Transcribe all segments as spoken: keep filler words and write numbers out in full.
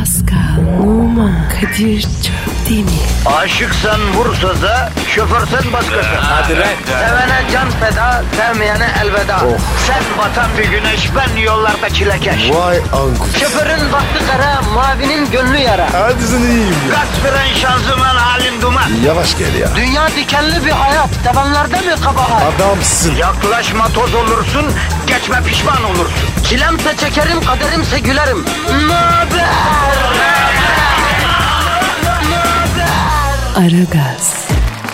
Pascal, Oman, Kadir çok değil mi? Aşıksan vursa da, şoförsen başkasın. Hadi lan. Sevene can feda, sevmeyene elveda. Oh. Sen batan bir güneş, ben yollarda çilekeş. Vay anku. Şoförün baktı kara, mavinin gönlü yara. Hadi sen iyiyim ya. Kasperen şanzıman halin duman. Yavaş gel ya. Dünya dikenli bir hayat, sevenlerde mi kabahar? Adamsın. Yaklaşma toz olursun, geçme pişman olursun. Çilemse çekerim, kaderimse gülerim. Möber! Aragaz.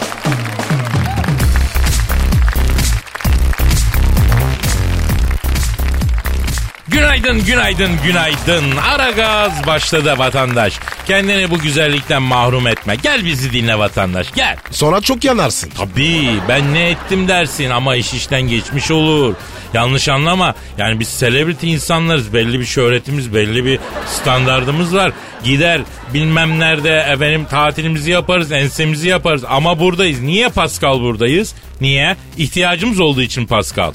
Günaydın, günaydın, günaydın. Aragaz başladı vatandaş. Kendini bu güzellikten mahrum etme. Gel bizi dinle vatandaş, gel. Sonra çok yanarsın. Tabii ben ne ettim dersin ama iş işten geçmiş olur. Yanlış anlama. Yani biz celebrity insanlarız. Belli bir şöhretimiz, belli bir standardımız var. Gider bilmem nerede efendim tatilimizi yaparız, ensemizi yaparız. Ama buradayız. Niye Pascal buradayız? Niye? İhtiyacımız olduğu için Pascal.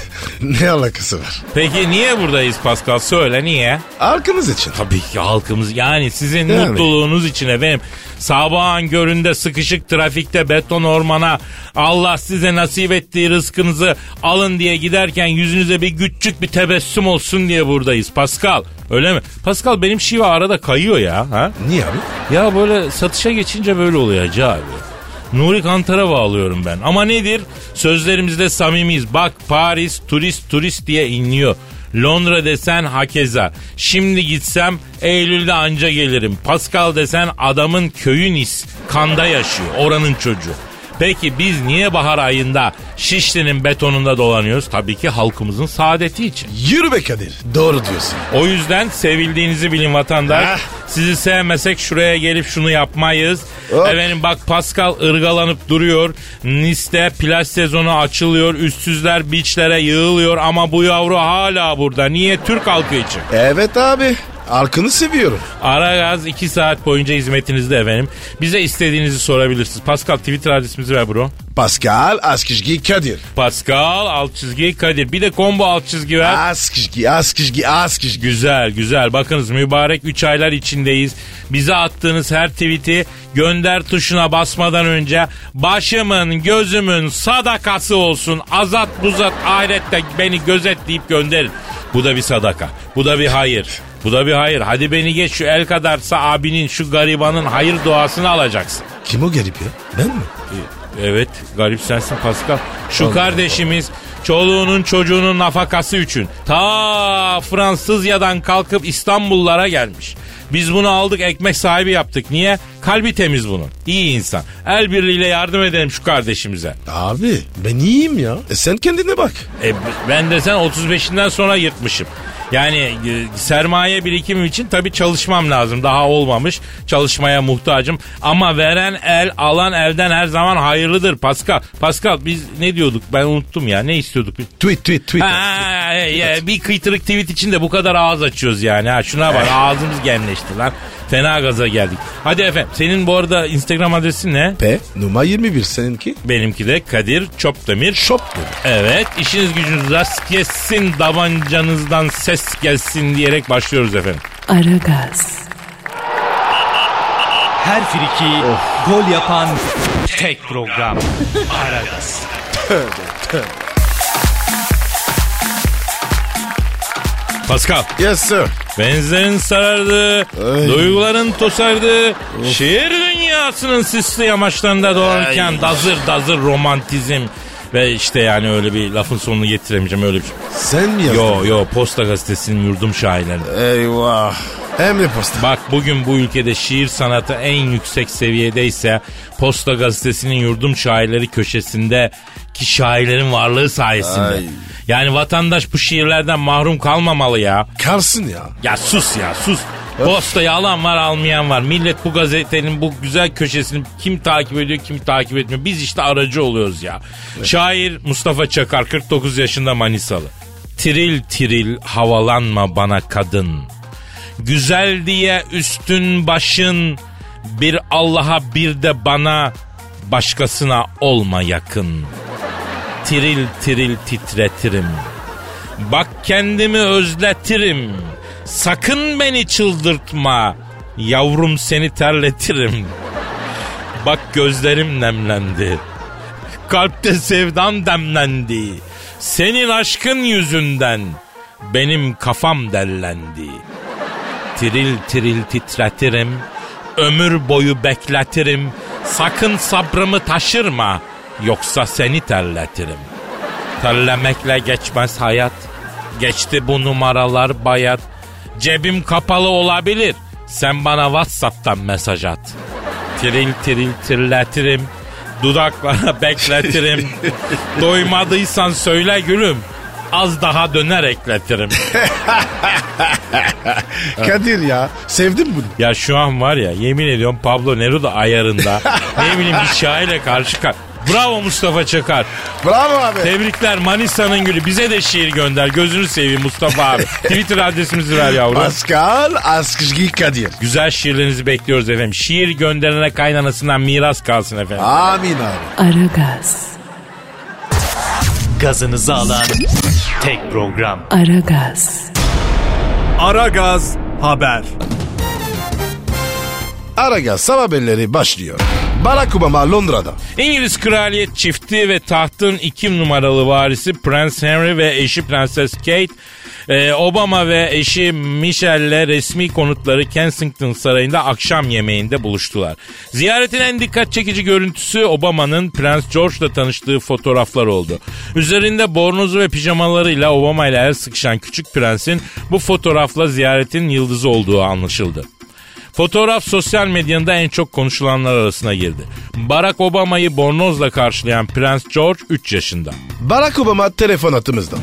Ne alakası var? Peki niye buradayız Pascal? Söyle niye? Halkımız için. Tabii ki halkımız, yani sizin Yani. mutluluğunuz için efendim. Sabahın köründe sıkışık trafikte beton ormana Allah size nasip ettiği rızkınızı alın diye giderken yüzünüze bir küçük bir tebessüm olsun diye buradayız Pascal. Öyle mi? Pascal benim şiva arada kayıyor ya. Ha? Niye abi? Ya böyle satışa geçince böyle oluyor Hacı abi. Nuri Kantar'a bağlıyorum ben. Ama nedir? Sözlerimizde samimiyiz. Bak Paris turist turist diye inliyor. Londra desen hakeza. Şimdi gitsem Eylül'de anca gelirim. Pascal desen adamın köyü Nis. Kanda yaşıyor. Oranın çocuğu. Peki biz niye bahar ayında Şişli'nin betonunda dolanıyoruz? Tabii ki halkımızın saadeti için. Yürü be Kadir. Doğru diyorsun. O yüzden sevildiğinizi bilin vatandaş. Ah. Sizi sevmesek şuraya gelip şunu yapmayız. Hop. Efendim bak Pascal ırgalanıp duruyor. Nice'de plaj sezonu açılıyor. Üstsüzler beachlere yığılıyor ama bu yavru hala burada. Niye? Türk halkı için. Evet abi. Halkını seviyorum. Aragaz iki saat boyunca hizmetinizde efendim. Bize istediğinizi sorabilirsiniz. Pascal Twitter adresimizi ver bro. Pascal Askışgi Kadir. Pascal alt çizgi Kadir. Bir de combo alt çizgi ver. Askışgi Askışgi Askışgi. Güzel güzel, bakınız mübarek üç aylar içindeyiz. Bize attığınız her tweet'i gönder tuşuna basmadan önce başımın gözümün sadakası olsun. Azat buzat ahirette beni gözetleyip gönderin. Bu da bir sadaka, bu da bir hayır. Bu da bir hayır. Hadi beni geç, şu el kadarsa abinin, şu garibanın hayır duasını alacaksın. Kim o garip ya? Ben mi? Evet, garip sensin Pascal. Şu Allah kardeşimiz çoluğunun çocuğunun nafakası için ta Fransızyadan kalkıp İstanbullara gelmiş. Biz bunu aldık, ekmek sahibi yaptık. Niye? Kalbi temiz bunun. İyi insan. El birliğiyle yardım edelim şu kardeşimize. Abi ben iyiyim ya. E sen kendine bak. E, ben de sen otuz beşinden sonra yırtmışım. Yani e, sermaye birikimim için tabii çalışmam lazım. Daha olmamış. Çalışmaya muhtacım. Ama veren el, alan elden her zaman hayırlıdır Pascal. Pascal biz ne diyorduk? Ben unuttum ya. Ne istiyorduk? Tweet tweet tweet. Ha, ya, bir kıytırık tweet için de bu kadar ağız açıyoruz yani. Ha, şuna bak, ağzımız genleşti lan. Fena gaza geldik. Hadi efendim, senin bu arada Instagram adresin ne? P numara yirmi bir, seninki? Benimki de Kadir Çopdemir. Çopdemir. Evet, işiniz gücünüz rast gelsin, tabancanızdan ses gelsin diyerek başlıyoruz efendim. Aragaz. Her friki gol yapan tek program. Aragaz. Pascal, Yes sir. benzerin sarardı, Ay. duyguların tosardı, şehir dünyasının sisli yamaçlarında dolanırken Ay. dazır dazır romantizm ve işte yani öyle bir lafın sonunu getiremeyeceğim, öyle bir şey. Sen mi yazdın? Yo yo, Posta Gazetesi'nin yurdum şairleri. Eyvah. Emre Posta. Bak bugün bu ülkede şiir sanatı en yüksek seviyedeyse Posta Gazetesi'nin yurdum şairleri köşesinde ki şairlerin varlığı sayesinde. Ay. Yani vatandaş bu şiirlerden mahrum kalmamalı ya. Karsın ya. Ya sus ya sus. Postayı alan var, almayan var. Millet bu gazetenin bu güzel köşesini kim takip ediyor, kim takip etmiyor. Biz işte aracı oluyoruz ya. Evet. Şair Mustafa Çakar, kırk dokuz yaşında, Manisalı. Tiril tiril havalanma bana kadın. Güzel diye üstün başın, bir Allah'a bir de bana, başkasına olma yakın. Tiril tiril titretirim. Bak kendimi özletirim. Sakın beni çıldırtma. Yavrum seni terletirim. Bak gözlerim nemlendi. Kalpte sevdan demlendi. Senin aşkın yüzünden benim kafam dellendi. Tiril tiril titretirim. Ömür boyu bekletirim. Sakın sabrımı taşırma. Yoksa seni terletirim. Terlemekle geçmez hayat. Geçti bu numaralar bayat. Cebim kapalı olabilir. Sen bana WhatsApp'tan mesaj at. Tiril tiril tirletirim. Dudaklara bekletirim. Doymadıysan söyle gülüm. Az daha döner ekletirim. Kadir ya sevdim bunu. Ya şu an var ya yemin ediyorum Pablo Neruda ayarında. Ne bileyim bir şairle karşı karşı. Bravo Mustafa Çakar. Bravo abi. Tebrikler Manisa'nın gülü. Bize de şiir gönder. Gözünü seveyim Mustafa abi. Twitter adresimizi ver yavrum. Pascal Askışgi Kadir. Güzel şiirlerinizi bekliyoruz efendim. Şiir gönderene kaynanasından miras kalsın efendim. Amin abi. Aragaz, Gazınızı alan tek program. Aragaz, Aragaz Haber. Aragaz sabah haberleri başlıyor. Barack Obama Londra'da. İngiliz kraliyet çifti ve tahtın iki numaralı varisi Prens Henry ve eşi Prenses Kate, e, Obama ve eşi Michelle'le resmi konutları Kensington Sarayı'nda akşam yemeğinde buluştular. Ziyaretin en dikkat çekici görüntüsü Obama'nın Prens George'la tanıştığı fotoğraflar oldu. Üzerinde bornozu ve pijamalarıyla Obama ile el sıkışan küçük prensin bu fotoğrafla ziyaretin yıldızı olduğu anlaşıldı. Fotoğraf sosyal medyada en çok konuşulanlar arasına girdi. Barack Obama'yı bornozla karşılayan Prens George üç yaşında. Barack Obama telefon hattımızda.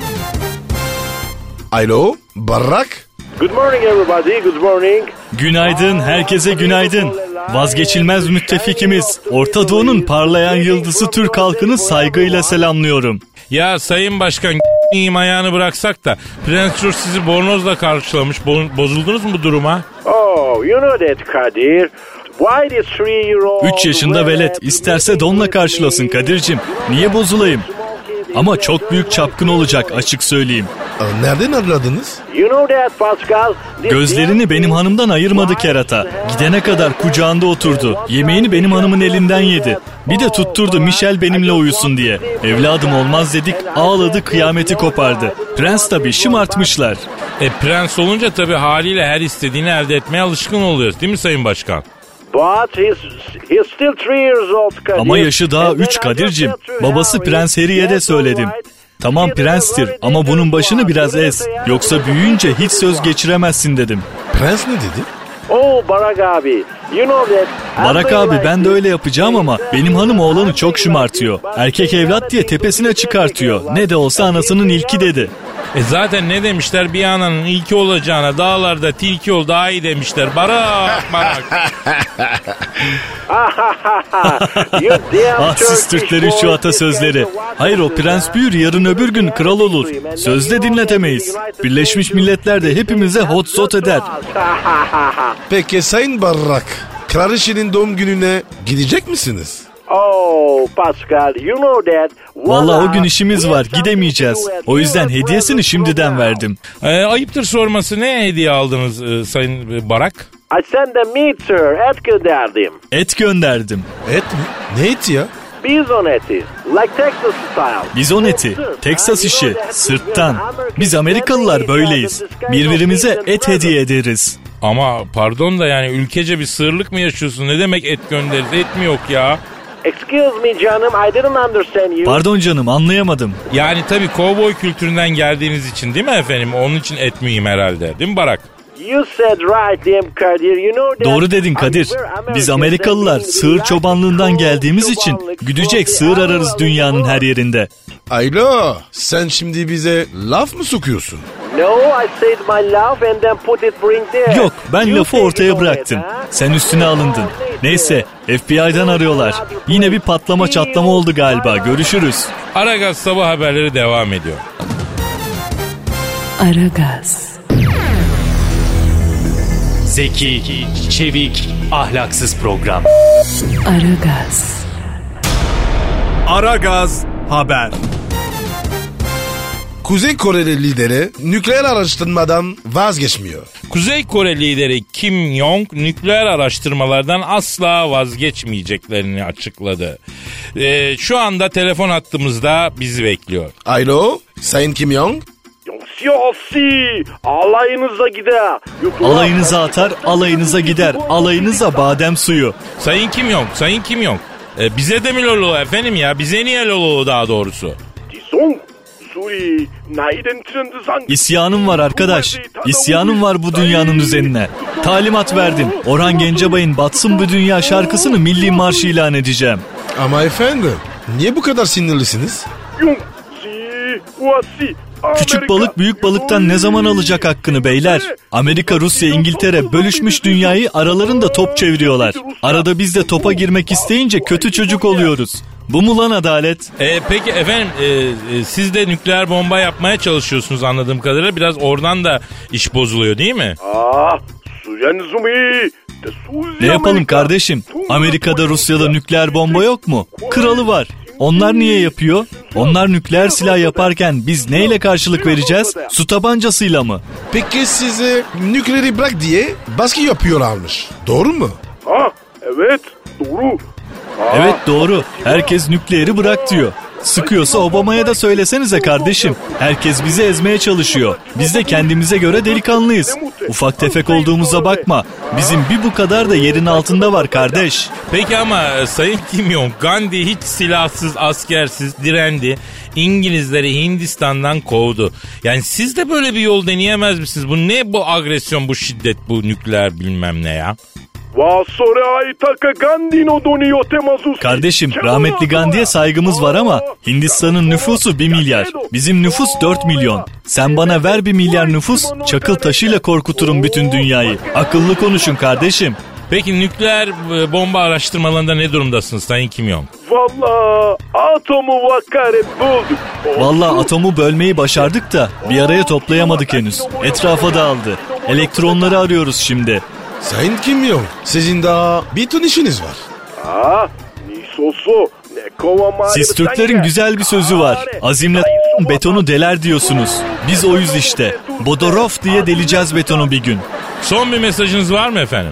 Alo Barack. Good morning everybody, good morning. Günaydın, herkese günaydın. Vazgeçilmez müttefikimiz, Orta Doğu'nun parlayan yıldızı Türk halkını saygıyla selamlıyorum. Ya Sayın Başkan iyiyim ayağını bıraksak da Prens George sizi bornozla karşılamış. Bo- bozuldunuz mu bu duruma? Oh, you know that Kadir. Why this three-year-old... Üç yaşında velet, isterse donla karşılasın Kadir'cim. Niye bozulayım? Ama çok büyük çapkın olacak, açık söyleyeyim. Aa, nereden aradınız? You know that Pascal. Gözlerini benim hanımdan ayırmadı kerata. Gidene kadar kucağında oturdu. Yemeğini benim hanımın elinden yedi. Bir de tutturdu Michel benimle uyusun diye. Evladım olmaz dedik, ağladı, kıyameti kopardı. Prens tabii şımartmışlar. E prens olunca tabii haliyle her istediğini elde etmeye alışkın oluyoruz değil mi Sayın Başkan? But he's, he's still three years old, Kadir. Ama yaşı daha üç Kadir'cim. Babası Prens Harry'e de söyledim. Tamam prenstir ama bunun başını biraz ez. Yoksa büyüyünce hiç söz geçiremezsin dedim. Prens ne dedi? Oh Barack abi. You know that. Barack abi ben de öyle yapacağım ama benim hanım oğlanı çok şımartıyor. Erkek evlat diye tepesine çıkartıyor. Ne de olsa anasının ilki dedi. E zaten ne demişler bir ananın ilki olacağına dağlarda tilki ol daha iyi demişler. Barak barak. Ah siz Türklerin şu atasözleri. Hayır o prens büyür yarın öbür gün kral olur. Sözde dinletemeyiz. Birleşmiş Milletler de hepimize hot sot eder. Peki Sayın Barack, Kraliçenin doğum gününe gidecek misiniz? Oh Pascal, you know that. Vallahi o gün işimiz var, gidemeyeceğiz. O yüzden hediyesini şimdiden verdim. E, ayıptır sorması ne hediye aldınız e, Sayın Barak? I sent a meat sir, et gönderdim. Et gönderdim. Et mi? Ne eti ya? Bizon eti, like Texas style. Bizon eti, Teksas işi, sırttan. Biz Amerikalılar böyleyiz. Birbirimize et hediye ederiz. Ama pardon da yani ülkece bir sığırlık mı yaşıyorsun? Ne demek et göndeririz? Et mi yok ya? Excuse me canım, I didn't understand you. Pardon canım anlayamadım. Yani tabii kovboy kültüründen geldiğiniz için değil mi efendim? Onun için et mühim herhalde. Değil mi Barak? You said right damn Kadir, you know that. Doğru dedin Kadir. Biz Amerikalılar sığır çobanlığından geldiğimiz için güdecek sığır ararız dünyanın her yerinde. Alo, sen şimdi bize laf mı sokuyorsun? No, I said my love and then put it bring there. Yok ben lafı ortaya bıraktım. Sen üstüne alındın. Neyse F B I'dan arıyorlar. Yine bir patlama çatlama oldu galiba. Görüşürüz. Aragaz sabah haberleri devam ediyor. Aragaz, Zeki, çevik, ahlaksız program. Aragaz, Aragaz Haber. Kuzey Koreli lideri nükleer araştırmadan vazgeçmiyor. Kuzey Kore lideri Kim Jong nükleer araştırmalardan asla vazgeçmeyeceklerini açıkladı. Ee, şu anda telefon hattımızda bizi bekliyor. Alo, Sayın Kim Jong? Siyasi alayınıza gider. Alayınıza atar, alayınıza gider. Alayınıza badem suyu. Sayın Kim Jong, Sayın Kim Jong. Ee, bize de mi lolo efendim ya? Bize niye lolo daha doğrusu? İsyanım var arkadaş. İsyanım var bu dünyanın düzenine. Talimat verdim. Orhan Gencebay'ın Batsın Bu Dünya şarkısını milli marş ilan edeceğim. Ama efendim, niye bu kadar sinirlisiniz? Küçük balık büyük balıktan ne zaman alacak hakkını beyler? Amerika, Rusya, İngiltere bölüşmüş dünyayı, aralarında top çeviriyorlar. Arada biz de topa girmek isteyince kötü çocuk oluyoruz. Bu mu lan adalet? Ee, peki efendim e, e, siz de nükleer bomba yapmaya çalışıyorsunuz anladığım kadarıyla. Biraz oradan da iş bozuluyor değil mi? Ne yapalım kardeşim? Amerika'da, Rusya'da nükleer bomba yok mu? Kralı var. Onlar niye yapıyor? Onlar nükleer silah yaparken biz neyle karşılık vereceğiz? Su tabancasıyla mı? Peki size nükleeri bırak diye baskı yapıyorlarmış. Doğru mu? Ha, evet doğru. Ha. Evet doğru. Herkes nükleeri bırak diyor. Sıkıyorsa Obama'ya da söylesenize kardeşim. Herkes bizi ezmeye çalışıyor. Biz de kendimize göre delikanlıyız. Ufak tefek olduğumuza bakma. Bizim bir bu kadar da yerin altında var kardeş. Peki ama e, Sayın Kim Jong, Gandhi hiç silahsız, askersiz direndi. İngilizleri Hindistan'dan kovdu. Yani siz de böyle bir yol deneyemez misiniz? Bu ne bu agresyon, bu şiddet, bu nükleer bilmem ne ya? Kardeşim rahmetli Gandhi'ye saygımız var ama Hindistan'ın nüfusu bir milyar. Bizim nüfus dört milyon. Sen bana ver bir milyar nüfus, çakıl taşıyla korkuturum bütün dünyayı. Akıllı konuşun kardeşim. Peki nükleer bomba araştırmalarında ne durumdasınız Sayın Kim Jong? Valla atomu vakare bulduk. Valla atomu bölmeyi başardık da bir araya toplayamadık henüz. Etrafa dağıldı. Elektronları arıyoruz şimdi. Sayın Kim Jong, sizin daha bir ton işiniz var. Ha, Siz Türklerin güzel bir sözü var. Azimle betonu deler diyorsunuz. Biz oyuz işte. Bodorov diye deleceğiz betonu bir gün. Son bir mesajınız var mı efendim?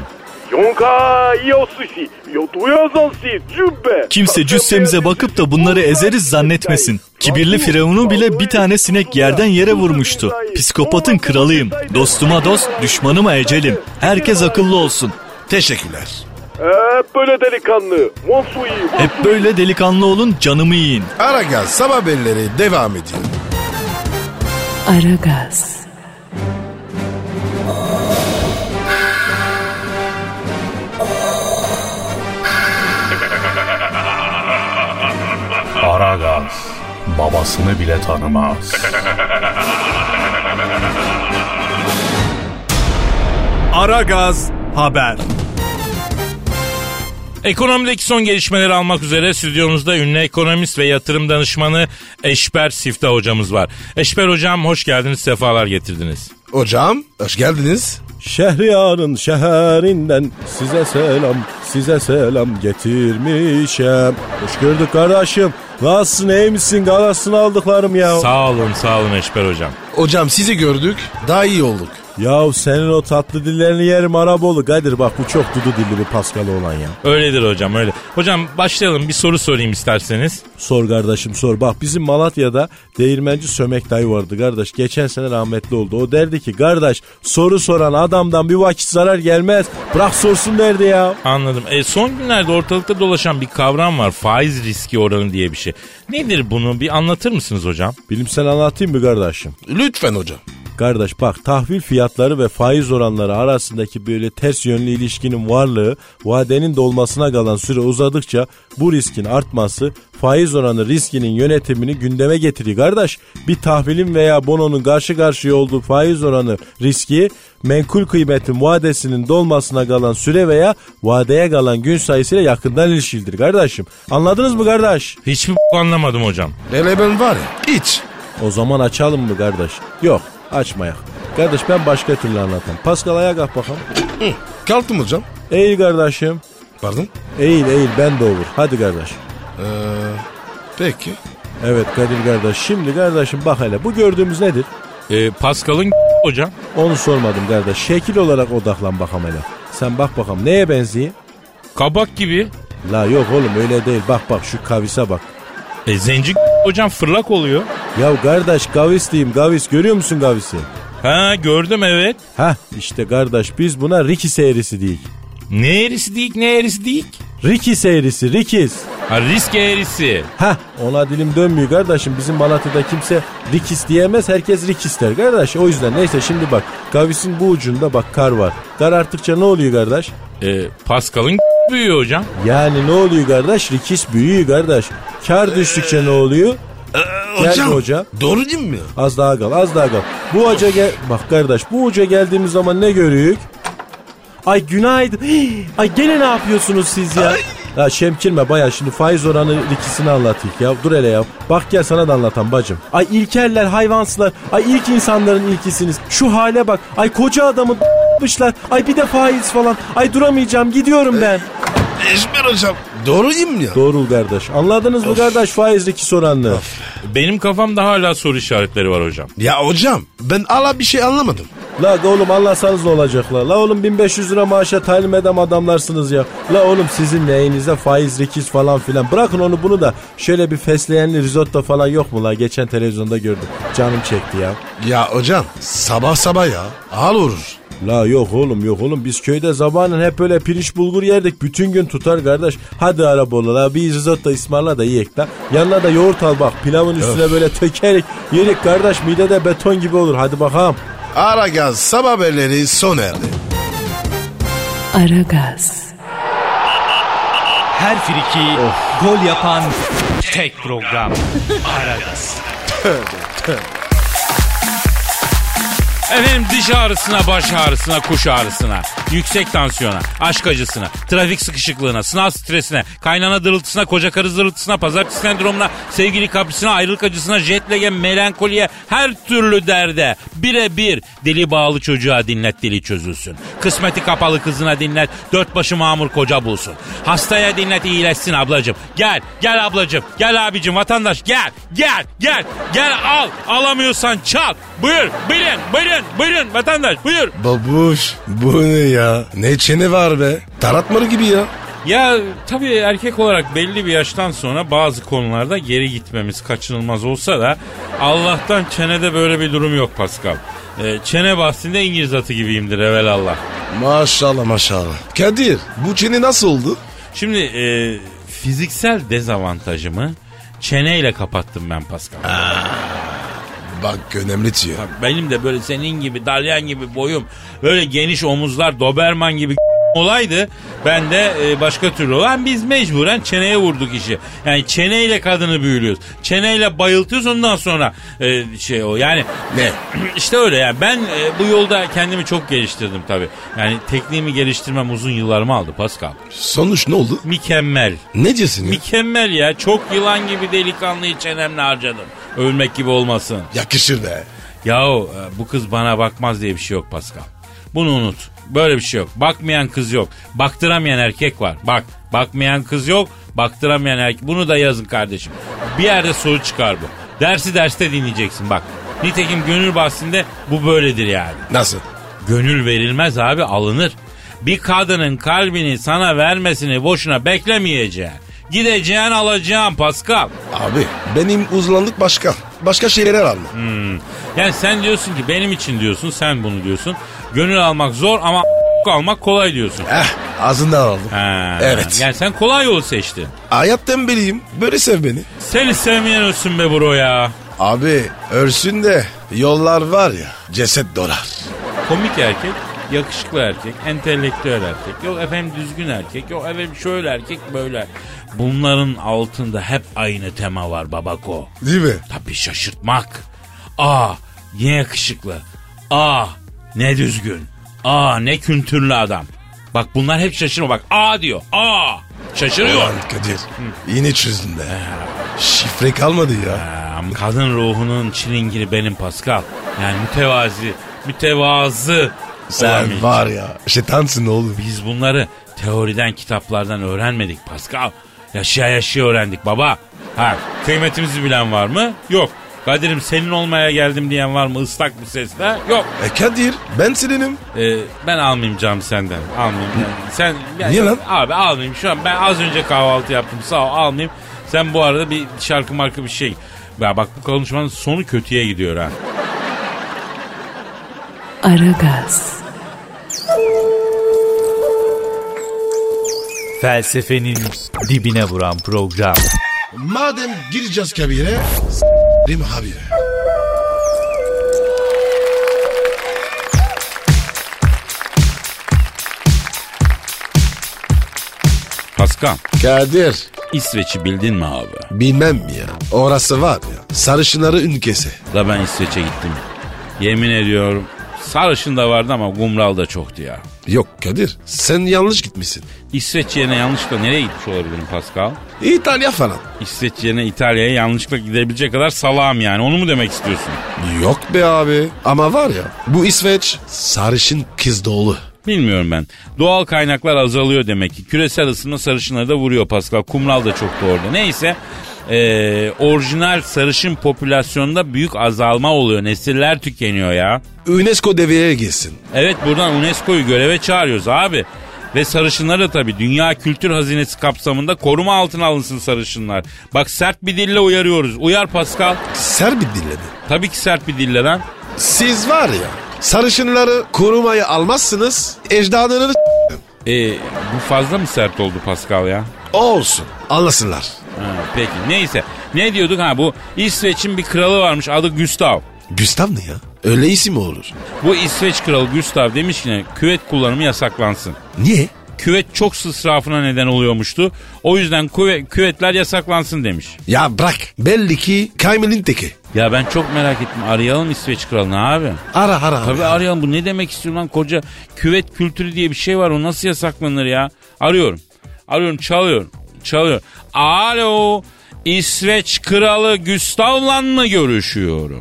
Kimse cüssemize bakıp da bunları ezeriz zannetmesin. Kibirli Firavun'u bile bir tane sinek yerden yere vurmuştu. Psikopatın kralıyım. Dostuma dost, düşmanıma ecelim. Herkes akıllı olsun. Teşekkürler. Hep böyle delikanlı. Hep böyle delikanlı olun, canımı yiyin. Aragaz sabah belleri devam ediyor. Aragaz. Aragaz babasını bile tanımaz. Aragaz haber. Ekonomideki son gelişmeleri almak üzere stüdyomuzda ünlü ekonomist ve yatırım danışmanı Eşber Siftah hocamız var. Eşber hocam hoş geldiniz, sefalar getirdiniz. Hocam hoş geldiniz. Şehriyar'ın şehrinden size selam, size selam getirmişim. Hoş gördük kardeşim. Nasılsın, iyi misin? Galasını aldıklarım ya. Sağ olun, sağ olun Eşber hocam. Hocam sizi gördük, daha iyi olduk. Yahu senin o tatlı dillerini yerim Araboğlu. Kadir bak bu çok dudu dilli bir Paskalı olan ya. Öyledir hocam öyle. Hocam başlayalım, bir soru sorayım isterseniz. Sor kardeşim sor. Bak bizim Malatya'da değirmenci Sömek dayı vardı kardeş. Geçen sene rahmetli oldu. O derdi ki kardeş soru soran adamdan bir vakit zarar gelmez. Bırak sorsun derdi ya. Anladım. E, son günlerde ortalıkta dolaşan bir kavram var. Faiz riski oranı diye bir şey. Nedir bunu, bir anlatır mısınız hocam? Bilimsel anlatayım mı kardeşim? Lütfen hocam. Kardeş bak, tahvil fiyatları ve faiz oranları arasındaki böyle ters yönlü ilişkinin varlığı vadenin dolmasına kalan süre uzadıkça bu riskin artması faiz oranı riskinin yönetimini gündeme getiriyor kardeş. Bir tahvilin veya bononun karşı karşıya olduğu faiz oranı riski menkul kıymetin vadesinin dolmasına kalan süre veya vadeye kalan gün sayısıyla yakından ilişkilidir kardeşim. Anladınız mı kardeş? Hiçbir anlamadım hocam. Hele ben var ya hiç. O zaman açalım mı kardeş? Yok, açmayak. Kardeş ben başka türlü anlatayım. Pascal ayağa kalk bakalım. Hı, kalktım hocam. Eğil kardeşim. Pardon? Eğil eğil, ben de olur. Hadi kardeş. Ee, peki. Evet Kadir kardeş. Şimdi kardeşim bak hele bu gördüğümüz nedir? Ee, Pascal'ın hocam. Onu sormadım kardeş. Şekil olarak odaklan bakalım hele. Sen bak bakalım neye benziyor? Kabak gibi. La yok oğlum öyle değil. Bak bak şu kavise bak. E, zenci hocam fırlak oluyor. Ya kardeş gavis diyeyim gavis. Görüyor musun gavisi? Ha gördüm evet. Hah işte kardeş biz buna rikis eğrisi diyik. Ne eğrisi deyik ne eğrisi deyik? Rikis eğrisi rikis. Ha risk eğrisi. Hah ona dilim dönmüyor kardeşim. Bizim Malatya'da kimse rikis diyemez. Herkes rikis der kardeş. O yüzden neyse şimdi bak. Gavisin bu ucunda bak kar var. Kar arttıkça ne oluyor kardeş? E, Pascal'ın büyüyor hocam. Yani ne oluyor kardeş? Rikis büyüyor kardeş. Kar düştükçe ne oluyor? Ee, hocam, hoca. Doğru değil mi? Az daha kal az daha kal. Bu uca gel. Bak kardeş bu uca geldiğimiz zaman ne görüyoruz? Ay günaydın. Hii, ay gene ne yapıyorsunuz siz ya? Ay. Ya şemkirme baya şimdi faiz oranı ikisini anlatayım ya. Dur hele ya. Bak gel sana da anlatan bacım. Ay ilkeller hayvansılar. Ay ilk insanların ilkisiniz. Şu hale bak. Ay koca adamı ***mışlar. Ay bir de faiz falan. Ay duramayacağım gidiyorum ben. Eşber hocam. Doğru değil mi ya? Doğru kardeş. Anladınız mı kardeş faizdeki soranlı? Of. Benim kafamda hala soru işaretleri var hocam. Ya hocam ben hala bir şey anlamadım. La oğlum anlasanız ne olacak la? La oğlum bin beş yüz lira maaşa talim eden adamlarsınız ya. La oğlum sizin neyinize faiz rikiz falan filan. Bırakın onu bunu da şöyle bir fesleğenli risotto falan yok mu la? Geçen televizyonda gördüm. Canım çekti ya. Ya hocam sabah sabah ya. Al vurur. La yok oğlum yok oğlum biz köyde zamanın hep böyle pirinç bulgur yerdik bütün gün tutar kardeş. Hadi arabola la bir risotto ısmarla da yiyek la. Yanına da yoğurt al bak pilavın üstüne öf. Böyle tökerek yedik kardeş midede beton gibi olur hadi bakalım. Aragaz sabah haberleri sona erdi. Aragaz. Her friki of. Gol yapan tek program Aragaz. Tövbe tövbe. Efendim diş ağrısına, baş ağrısına, kuş ağrısına, yüksek tansiyona, aşk acısına, trafik sıkışıklığına, sınav stresine, kaynana dırıltısına, koca karı zırıltısına, pazartesi sendromuna, sevgili kaprisine, ayrılık acısına, jet lag'e, melankoliye, her türlü derde birebir deli bağlı çocuğa dinlet dili çözülsün. Kısmeti kapalı kızına dinlet, dört başı mamur koca bulsun. Hastaya dinlet iyileşsin ablacım. Gel, gel ablacım, gel abicim vatandaş gel, gel, gel, gel al, alamıyorsan çal. Buyur, buyurun, buyurun. Buyurun vatandaş buyur. Babuş bu ne ya? Ne çene var be? Taratmalı gibi ya. Ya tabii erkek olarak belli bir yaştan sonra bazı konularda geri gitmemiz kaçınılmaz olsa da Allah'tan çenede böyle bir durum yok Pascal. Ee, çene bahsinde İngiliz atı gibiyimdir evelallah. Maşallah maşallah. Kadir bu çene nasıl oldu? Şimdi e, fiziksel dezavantajımı çeneyle kapattım ben Pascal. Aa. Bak önemli diyor. Benim de böyle senin gibi dalyan gibi boyum böyle geniş omuzlar Doberman gibi olaydı. Ben de e, başka türlü olan biz mecburen çeneye vurduk işi. Yani çeneyle kadını büyülüyoruz. Çeneyle bayıltıyoruz ondan sonra e, şey o yani. Ne? İşte öyle yani ben e, bu yolda kendimi çok geliştirdim tabii. Yani tekniğimi geliştirmem uzun yıllarımı aldı Pascal. Sonuç ne oldu? Mükemmel. Ne diyorsun ya? Mükemmel ya. Çok yılan gibi delikanlıyı çenemle harcadım. Ölmek gibi olmasın. Yakışır be. Yahu bu kız bana bakmaz diye bir şey yok Pascal. Bunu unut. Böyle bir şey yok. Bakmayan kız yok. Baktıramayan erkek var. Bak bakmayan kız yok. Baktıramayan erkek. Bunu da yazın kardeşim. Bir yerde soru çıkar bu. Dersi derste dinleyeceksin bak. Nitekim gönül bahsinde bu böyledir yani. Nasıl? Gönül verilmez abi alınır. Bir kadının kalbini sana vermesini boşuna beklemeyeceksin. Gideceğin alacağın Pascal. Abi benim uzmanlık başka. Başka şeylere alma. Hmm. Yani sen diyorsun ki benim için diyorsun sen bunu diyorsun. Gönül almak zor ama almak kolay diyorsun. Eh ağzından aldım. Ha, evet. Yani sen kolay yolu seçtin. Hayat tembeliyim. Böyle sev beni. Seni sevmeyen ölsün be bro ya. Abi ölsün de yollar var ya ceset dolar. Komik erkek, yakışıklı erkek, entelektüel erkek. Yok efendim düzgün erkek. Yok efendim şöyle erkek böyle. Bunların altında hep aynı tema var babako. Değil mi? Tabii şaşırtmak. Aa ne yakışıklı. Aa ne düzgün. Aa ne kültürlü adam. Bak bunlar hep şaşırma bak. Aa diyor. Aa şaşırıyor. Ulan Kadir Hı. yine çözdün be. Şifre kalmadı ya. ya. Kadın ruhunun çilingiri benim Pascal. Yani mütevazi, mütevazı. Sen var ya şeytansın oğlum. Biz bunları teoriden kitaplardan öğrenmedik Pascal. Yaşaya yaşaya öğrendik baba. Ha, kıymetimizi bilen var mı? Yok. Kadir'im senin olmaya geldim diyen var mı ıslak bir sesle? Yok. E Kadir ben seninim. Ee, ben almayayım canım senden. Almayayım. Yani sen, yani, Niye lan? Abi almayayım. Şu an ben az önce kahvaltı yaptım. Sağ ol almayayım. Sen bu arada bir şarkı marka bir şey. Ya bak bu konuşmanın sonu kötüye gidiyor ha. Aragaz. Felsefenin dibine vuran program. Madem gireceğiz kabire s***rim abi. Pascal, Kadir. İsveç'i bildin mi abi? Bilmem ya. Orası var ya. Sarışınları ülkesi. Da ben İsveç'e gittim. Yemin ediyorum sarışın da vardı ama kumral da çoktu ya. Yok Kadir. Sen yanlış gitmişsin. İsveç yerine yanlışlıkla nereye gitmiş olabilirim Pascal? İtalya falan. İsveç yerine İtalya'ya yanlışlıkla gidebilecek kadar salağım yani. Onu mu demek istiyorsun? Yok be abi. Ama var ya bu İsveç sarışın kız dolu. Bilmiyorum ben. Doğal kaynaklar azalıyor demek ki. Küresel ısınma sarışınları da vuruyor Pascal. Kumral da çoktu orada. Neyse. Ee, orijinal sarışın popülasyonda büyük azalma oluyor. Nesiller tükeniyor ya. UNESCO devreye girsin. Evet buradan UNESCO'yu göreve çağırıyoruz abi. Ve sarışınlar da tabii dünya kültür hazinesi kapsamında koruma altına alınsın sarışınlar. Bak sert bir dille uyarıyoruz. Uyar Pascal. Ser bir dille mi? Tabii ki sert bir dille lan. Siz var ya sarışınları korumaya almazsınız ecdadını Ee, bu fazla mı sert oldu Pascal ya? olsun anlasınlar. Ha, peki neyse. Ne diyorduk ha bu İsveç'in bir kralı varmış adı Gustav. Gustav ne ya? Öyle isim mi olur? Bu İsveç kralı Gustav demiş ki küvet kullanımı yasaklansın. Niye? Küvet çok israfına neden oluyormuştu. O yüzden küve, küvetler yasaklansın demiş. Ya bırak belli ki Kaymel'in teki. Ya ben çok merak ettim. Arayalım İsveç kralını abi. Ara ara. Tabii ara. arayalım. Bu ne demek istiyor lan koca küvet kültürü diye bir şey var. O nasıl yasaklanır ya? Arıyorum. Arıyorum çalıyorum. Çalıyor. Alo. İsveç kralı Gustav'la mı görüşüyorum?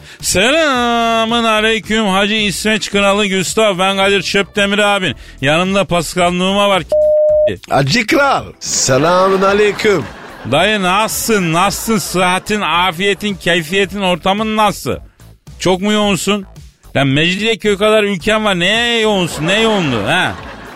Selamın aleyküm Hacı İsveç kralı Gustav. Ben Kadir Çöptemir abin. Yanımda Pascal Numa var. Hacı kral. Selamun aleyküm. Dayı nasılsın? Nasılsın? Sıhhatin, afiyetin, keyfiyetin, ortamın nasıl? Çok mu yoğunsun? Lan Mecidiyeköy kadar ülken var. Neye yoğunsun? Ne yoğunluğu? Ha?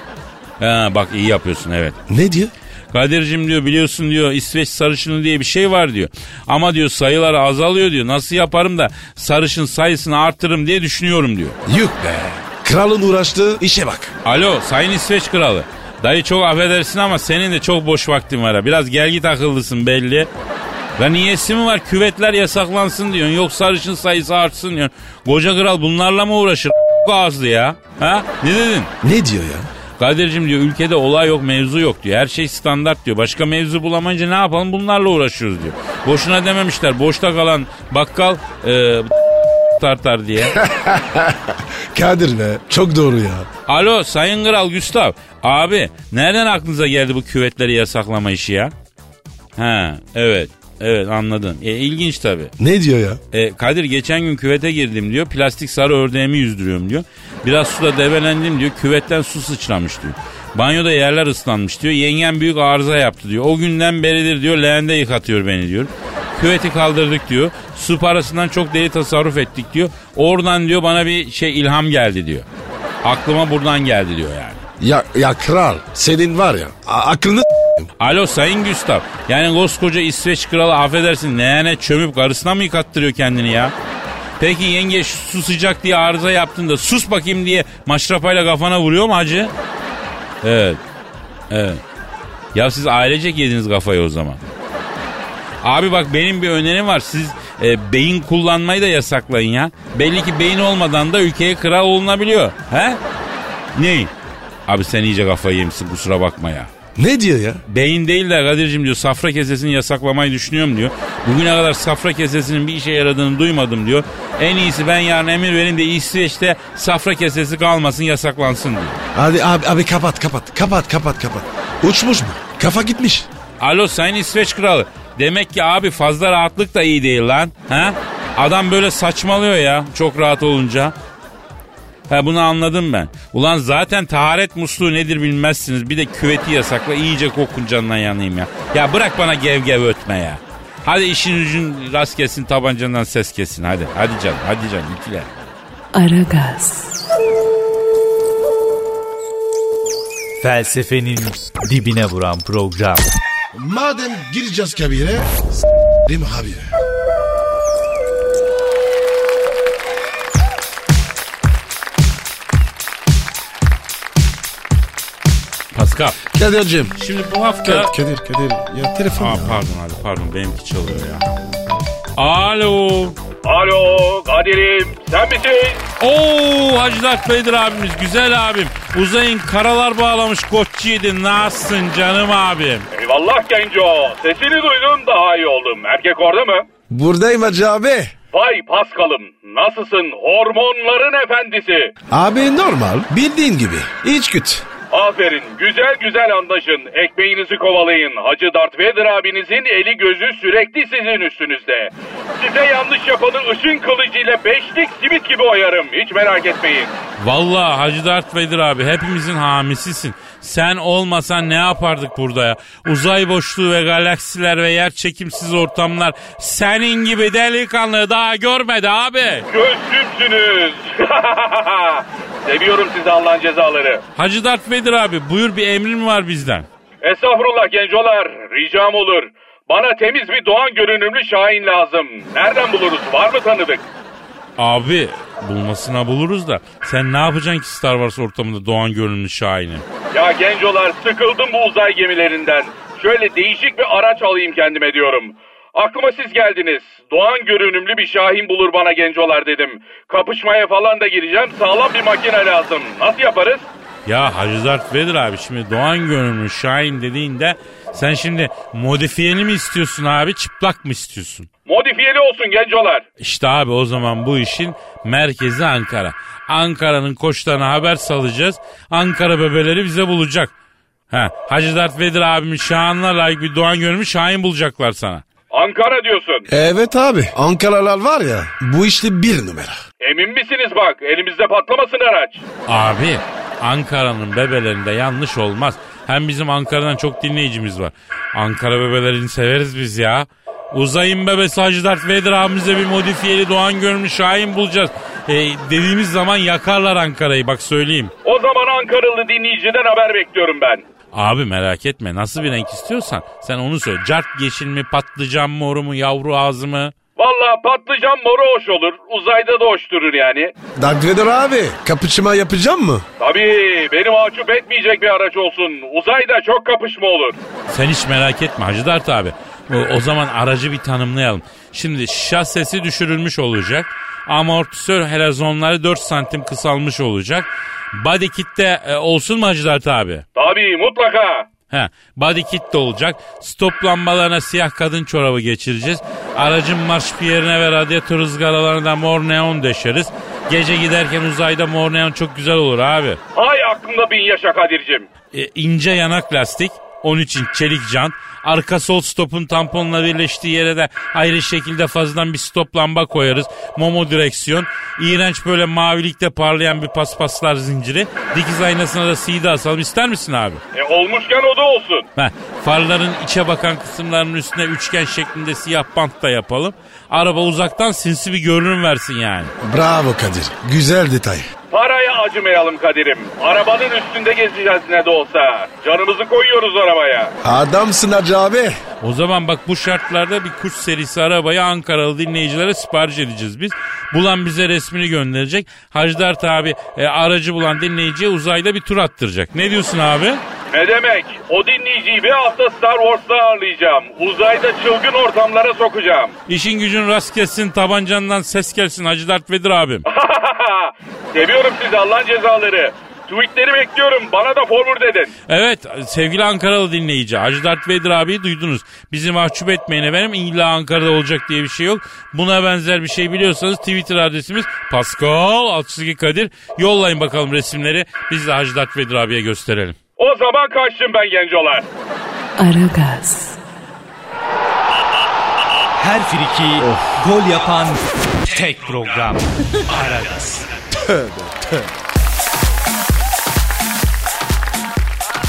Ha, bak iyi yapıyorsun evet. Ne diyor? Kadir'cim diyor biliyorsun diyor İsveç sarışını diye bir şey var diyor. Ama diyor sayıları azalıyor diyor. Nasıl yaparım da sarışın sayısını artırırım diye düşünüyorum diyor. Yok be. Kralın uğraştığı işe bak. Alo sayın İsveç kralı. Dayı çok affedersin ama senin de çok boş vaktin var ha. Biraz gelgit akıllısın belli. La niyesi mi var? Küvetler yasaklansın diyorsun. Yok sarışın sayısı artsın diyorsun. Koca kral bunlarla mı uğraşır? Ağızlı ya. Ha? Ne dedin? Ne diyor ya? Kadir'cim diyor ülkede olay yok mevzu yok diyor. Her şey standart diyor. Başka mevzu bulamayınca ne yapalım bunlarla uğraşıyoruz diyor. Boşuna dememişler. Boşta kalan bakkal e, tartar diye. Kadir be çok doğru ya. Alo sayın kral Gustav. Abi nereden aklınıza geldi bu küvetleri yasaklama işi ya? Ha evet. Evet anladım. E, ilginç tabii. Ne diyor ya? E, Kadir geçen gün küvete girdim diyor. Plastik sarı ördeğimi yüzdürüyorum diyor. Biraz suda debelendim diyor. Küvetten su sıçramış diyor. Banyoda yerler ıslanmış diyor. Yengem büyük arıza yaptı diyor. O günden beridir diyor leğende yıkatıyor beni diyor. Küveti kaldırdık diyor. Su parasından çok deli tasarruf ettik diyor. Oradan diyor bana bir şey ilham geldi diyor. Aklıma buradan geldi diyor yani. Ya, ya kral senin var ya a- aklını Alo sayın Gustav. Yani koskoca İsveç kralı affedersin neyene çömüp karısına mı yıkattırıyor kendini ya? Peki yenge su sıcak diye arıza yaptığında sus bakayım diye maşrapayla kafana vuruyor mu hacı? Evet. Evet. Ya siz ailecek yediniz kafayı o zaman. Abi bak benim bir önerim var. Siz e, beyin kullanmayı da yasaklayın ya. Belli ki beyin olmadan da ülkeye kral olunabiliyor. He? Ne? Abi sen iyice kafayı yemişsin kusura bakma ya. ne diyor ya? Beyin değil de Kadir'cim diyor safra kesesini yasaklamayı düşünüyorum diyor. Bugüne kadar safra kesesinin bir işe yaradığını duymadım diyor. En iyisi ben yarın emir vereyim de İsveç'te safra kesesi kalmasın yasaklansın diyor. Hadi abi, abi kapat kapat kapat kapat kapat. Uçmuş mu? Kafa gitmiş. Alo sayın İsveç kralı. Demek ki abi fazla rahatlık da iyi değil lan. Ha? Adam böyle saçmalıyor ya çok rahat olunca. Ha bunu anladım ben. Ulan zaten taharet musluğu nedir bilmezsiniz. Bir de küveti yasakla iyice kokun canından yanayım ya. Ya bırak bana gev gev ötme ya. Hadi işin ucun rast kesin, tabancandan ses kesin. Hadi hadi canım hadi canım ikiler. Aragaz. Felsefenin dibine vuran program. Madem gireceğiz kabire, s***rim abi. Pascal. Kadir'cim. Şimdi bu hafta... Kadir, Kadir. Ya telefon Aa, ya. pardon abi pardon benimki çalıyor ya. Alo. Alo Kadir'im, sen misin? Oo Hacı Dert Vedir abimiz, güzel abim. Uzayın karalar bağlamış koç yiğidi, nasılsın canım abim? Eyvallah genco, sesini duydum daha iyi oldum. Erkek orada mı? Buradayım Hacı abi. Vay Paskal'ım, nasılsın hormonların efendisi? Abi normal, bildiğin gibi. İç güt. Aferin, güzel güzel anlaşın. Ekmeğinizi kovalayın. Hacı Darth Vader abinizin eli gözü sürekli sizin üstünüzde. Size yanlış yapanı ışın kılıcıyla beşlik simit gibi oyarım. Hiç merak etmeyin. Vallahi Hacı Dert Vedir abi hepimizin hamisisin. Sen olmasan ne yapardık burada ya? Uzay boşluğu ve galaksiler ve yer çekimsiz ortamlar senin gibi delikanlı daha görmedi abi. Gözlümsünüz. Seviyorum sizi Allah'ın cezaları. Hacı Dert Vedir abi buyur, bir emrin var bizden. Estağfurullah gencolar, ricam olur. Bana temiz bir doğan görünümlü şahin lazım. Nereden buluruz? Var mı tanıdık? Abi bulmasına buluruz da sen ne yapacaksın ki Star Wars ortamında doğan görünümlü şahini? Ya gencolar, sıkıldım bu uzay gemilerinden. Şöyle değişik bir araç alayım kendime diyorum. Aklıma siz geldiniz. Doğan görünümlü bir şahin bulur bana gencolar dedim. Kapışmaya falan da gireceğim. Sağlam bir makine lazım. Nasıl yaparız? Ya Hacı Dert Vedir abi şimdi doğan görünümlü şahin dediğinde sen şimdi modifiyeli mi istiyorsun abi, çıplak mı istiyorsun? Modifiyeli olsun gencolar. İşte abi o zaman bu işin merkezi Ankara. Ankara'nın koçlarına haber salacağız. Ankara bebeleri bize bulacak. Ha, Hacı Dert Vedir abimin şahanına layık bir doğan görünümlü şahin bulacaklar sana. Ankara diyorsun. Evet abi. Ankaralar var ya, bu işte bir numara. Emin misiniz bak, elimizde patlamasın araç. Abi Ankara'nın bebelerinde yanlış olmaz. Hem bizim Ankara'dan çok dinleyicimiz var. Ankara bebelerini severiz biz ya. Uzayın bebesi Hacı Dert Vedir abimize bir modifiyeli doğan görünümlü şahin bulacağız. E, dediğimiz zaman yakarlar Ankara'yı, bak söyleyeyim. O zaman Ankaralı dinleyiciden haber bekliyorum ben. Abi merak etme, nasıl bir renk istiyorsan sen onu söyle. Cart yeşil mi, patlıcan moru mu, yavru ağzı mı? Vallahi patlıcan moru hoş olur. Uzayda da hoş durur yani. Darth Vader abi, kapışma yapacağım mı? Tabii, beni mahcup etmeyecek bir araç olsun. Uzayda çok kapışma olur. Sen hiç merak etme Hacı Dert abi. O, o zaman aracı bir tanımlayalım. Şimdi şasesi düşürülmüş olacak. Amortisör helezonları dört santim kısalmış olacak. Body kit de e, olsun mu Hacı Dert abi? Tabii, mutlaka. He, body kit de olacak. Stop lambalarına siyah kadın çorabı geçireceğiz. Aracın marş piyerine ve radyatör ızgaralarına mor neon döşeriz. Gece giderken uzayda mor neon çok güzel olur abi. Hay aklımda bin yaşa Kadir'cim. E, ince yanak lastik, on üç inç çelik jant. Arka sol stopun tamponla birleştiği yere de ayrı şekilde fazladan bir stop lamba koyarız. Momo direksiyon. İğrenç böyle mavilikte parlayan bir paspaslar zinciri. Dikiz aynasına da C D asalım. İster misin abi? E olmuşken o da olsun. Heh, farların içe bakan kısımlarının üstüne üçgen şeklinde siyah bant da yapalım. Araba uzaktan sinsi bir görünüm versin yani. Bravo Kadir. Güzel detay. Paraya acımayalım Kadir'im. Arabanın üstünde gezeceğiz ne de olsa. Canımızı koyuyoruz arabaya. Adamsın Hacı abi. O zaman bak bu şartlarda bir kuş serisi arabayı Ankaralı dinleyicilere sipariş edeceğiz biz. Bulan bize resmini gönderecek. Hacı Dert abi e, aracı bulan dinleyiciye uzayda bir tur attıracak. Ne diyorsun abi? Ne demek? O dinleyiciyi bir hafta Star Wars'ta ağırlayacağım. Uzayda çılgın ortamlara sokacağım. İşin gücün rast gelsin, tabancandan ses gelsin Hacı Dert Vedir abim. Seviyorum sizi Allah'ın cezaları. Tweetleri bekliyorum. Bana da forward edin. Evet sevgili Ankaralı dinleyici, Hacı Dert Vedir abiyi duydunuz. Bizi mahcup etmeyin efendim. İlla Ankara'da olacak diye bir şey yok. Buna benzer bir şey biliyorsanız Twitter adresimiz Pascal Altçizgi Kadir. Yollayın bakalım resimleri. Biz de Hacı Dert Vedir abiye gösterelim. O zaman kaçtım ben gencolar. Aragaz. Her friki gol yapan tek program. Aragaz. Tövbe tövbe.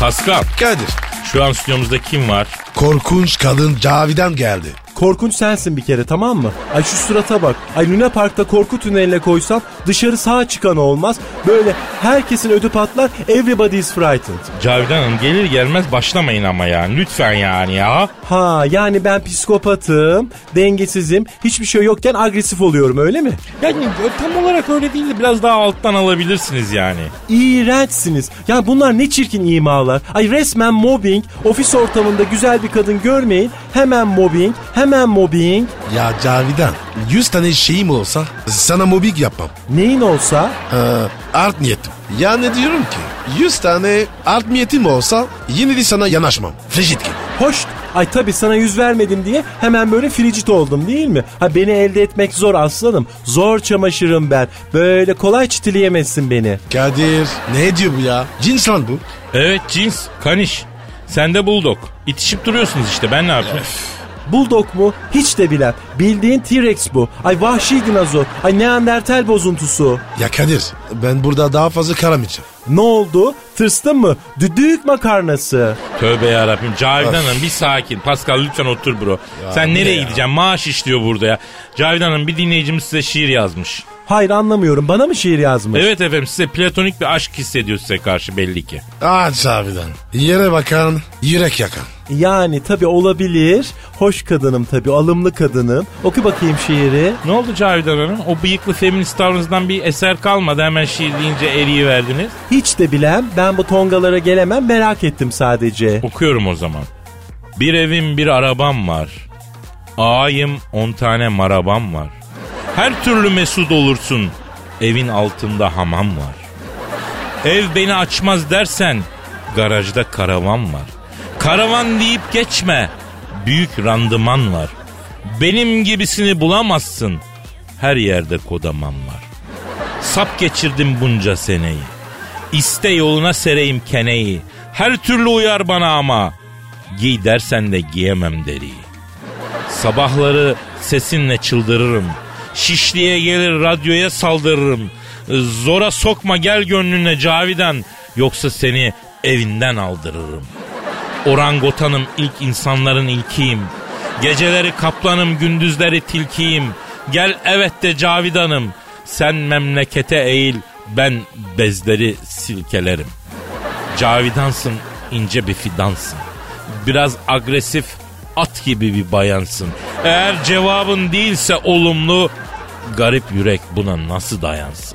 Pascal, Kadir. şu an stüdyomuzda kim var? Korkunç kadın Cavidan geldi. Korkunç sensin bir kere, tamam mı? Ay şu surata bak. Ay Luna Park'ta korku tüneline koysam dışarı sağ çıkan olmaz. Böyle herkesin ödü patlar. Everybody is frightened. Cavidan Hanım, gelir gelmez başlamayın ama yani. Lütfen yani ya. Ha yani ben psikopatım, dengesizim, hiçbir şey yokken agresif oluyorum, öyle mi? Yani tam olarak öyle değil de biraz daha alttan alabilirsiniz yani. İğrençsiniz. Ya bunlar ne çirkin imalar. Ay resmen mobbing. Ofis ortamında güzel bir kadın görmeyin. Hemen mobbing, hemen mobbing. Ya Cavidan, yüz tane şeyim olsa sana mobbing yapmam. Neyin olsa? Ha, art niyetim. Yani diyorum ki yüz tane art niyetim olsa yine de sana yanaşmam. Frigid gibi. Hoş. Ay tabii sana yüz vermedim diye hemen böyle fricit oldum değil mi? Ha beni elde etmek zor aslanım. Zor çamaşırım ben. Böyle kolay çitileyemezsin beni. Kadir, ne diyor bu ya? Cins lan bu. Evet, cins, kaniş. Sen de bulldog. İtişip duruyorsunuz işte, ben ne yapayım? Bulldog mu? Hiç de bilem. Bildiğin T-Rex bu. Ay vahşi dinozor. Ay Neandertal bozuntusu. Ya Kadir, ben burada daha fazla karamayacağım. Ne oldu? Tırstın mı? Düdük makarnası. Tövbe yarabbim. Cavidan Hanım bir sakin. Pascal lütfen otur bro. Ya, Sen nereye ya? gideceksin? Maaş işliyor burada ya. Cavidan Hanım, bir dinleyicimiz size şiir yazmış. Hayır anlamıyorum. Bana mı şiir yazmış? Evet efendim, size platonik bir aşk hissediyor size karşı belli ki. Ah Cavidan, yere bakan, yürek yakan. Yani tabii olabilir. Hoş kadınım tabii, alımlı kadınım. Oku bakayım şiiri. Ne oldu Cavidan Hanım? O bıyıklı feminist tavrınızdan bir eser kalmadı. Hemen şiir deyince eriyiverdiniz. Hiç de bilem. Ben bu tongalara gelemem, merak ettim sadece. Okuyorum o zaman. Bir evim bir arabam var. Ağayım on tane marabam var. Her türlü mesut olursun. Evin altında hamam var. Ev beni açmaz dersen garajda karavan var. Karavan deyip geçme. Büyük randıman var. Benim gibisini bulamazsın. Her yerde kodaman var. Sap geçirdim bunca seneyi. İste yoluna sereyim keneyi. Her türlü uyar bana ama. Giy dersen de giyemem deriyi. Sabahları sesinle çıldırırım. Şişliğe gelir radyoya saldırırım. Zora sokma gel gönlüne Cavidan. Yoksa seni evinden aldırırım. Orangotanım, ilk insanların ilkiyim. Geceleri kaplanım, gündüzleri tilkiyim. Gel evet de Cavidan'ım. Sen memlekete eğil, ben bezleri silkelerim. Cavidansın, ince bir fidansın. Biraz agresif, at gibi bir bayansın. Eğer cevabın değilse olumlu, garip yürek buna nasıl dayansın?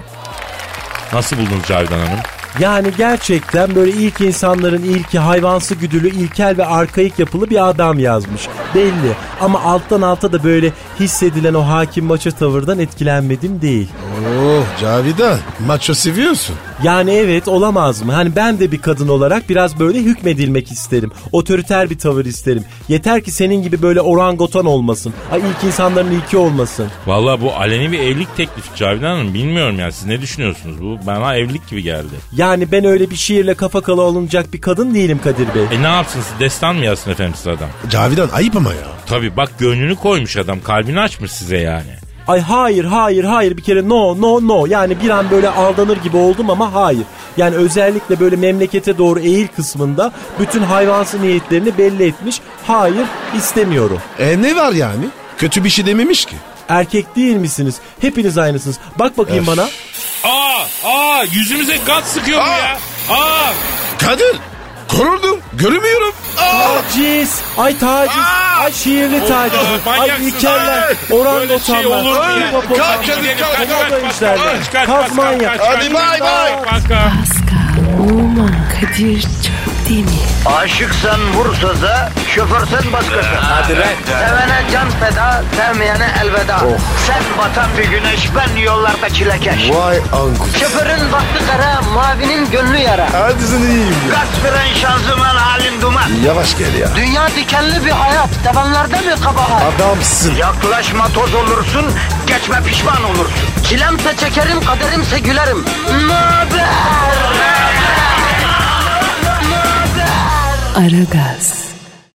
Nasıl buldunuz Cavidan Hanım? Yani gerçekten böyle ilk insanların ilki, hayvansı güdülü, ilkel ve arkaik yapılı bir adam yazmış. Belli. Ama alttan alta da böyle hissedilen o hakim maço tavırdan etkilenmedim değil. Oh Cavidan, maço seviyorsun. Yani evet, olamaz mı? Hani ben de bir kadın olarak biraz böyle hükmedilmek isterim. Otoriter bir tavır isterim. Yeter ki senin gibi böyle orangutan olmasın. Ay ilk insanların ilki olmasın. Vallahi bu aleni bir evlilik teklifi Cavidan Hanım. Bilmiyorum ya, siz ne düşünüyorsunuz? Bu bana evlilik gibi geldi. Yani ben öyle bir şiirle kafa kala olunacak bir kadın değilim Kadir Bey. E ne yapsın, siz destan mı yazsın efendim siz adam? Cavidan ayıp ama ya. Tabii bak, gönlünü koymuş adam, kalbini açmış size yani. Ay hayır hayır hayır bir kere no no no, yani bir an böyle aldanır gibi oldum ama hayır. Yani özellikle böyle memlekete doğru eğil kısmında bütün hayvansı niyetlerini belli etmiş. Hayır, istemiyorum. E ne var yani? Kötü bir şey dememiş ki. Erkek değil misiniz? Hepiniz aynısınız. Bak bakayım Öf. bana. Aa, aa yüzümüze gaz sıkıyor bu ya. Aa. Kadir, koruldum, görmüyorum. Taciz, ay taciz, ay şiirli taciz, ay ilkeller, orangotanlar, şey olur mu ya? hipopotamlar, Kalk, Kadir, kalk, kalk, komodo kalk, ejderler, kalk, kalk, kaz kalk, manyak. kalk, Hadi bay bay. Pascal. Pascal, Oman, Kadir çok değil mi? Aşıksan vursa da, şoförsen başkasın. Hadi lan. Sevene can feda, sevmeyene elveda. Sen batan bir güneş, ben yollarda çilekeş. Vay anku. Şoförün baktı kara, mavinin gönlü yara. Hadi sen iyiyim ya. Kasperen şanzıman halin duman. Yavaş gel ya. Dünya dikenli bir hayat, sevenlerde mi kabahar? Adamsın. Yaklaşma toz olursun, geçme pişman olursun. Çilemse çekerim, kaderimse gülerim. Möber! Aragaz.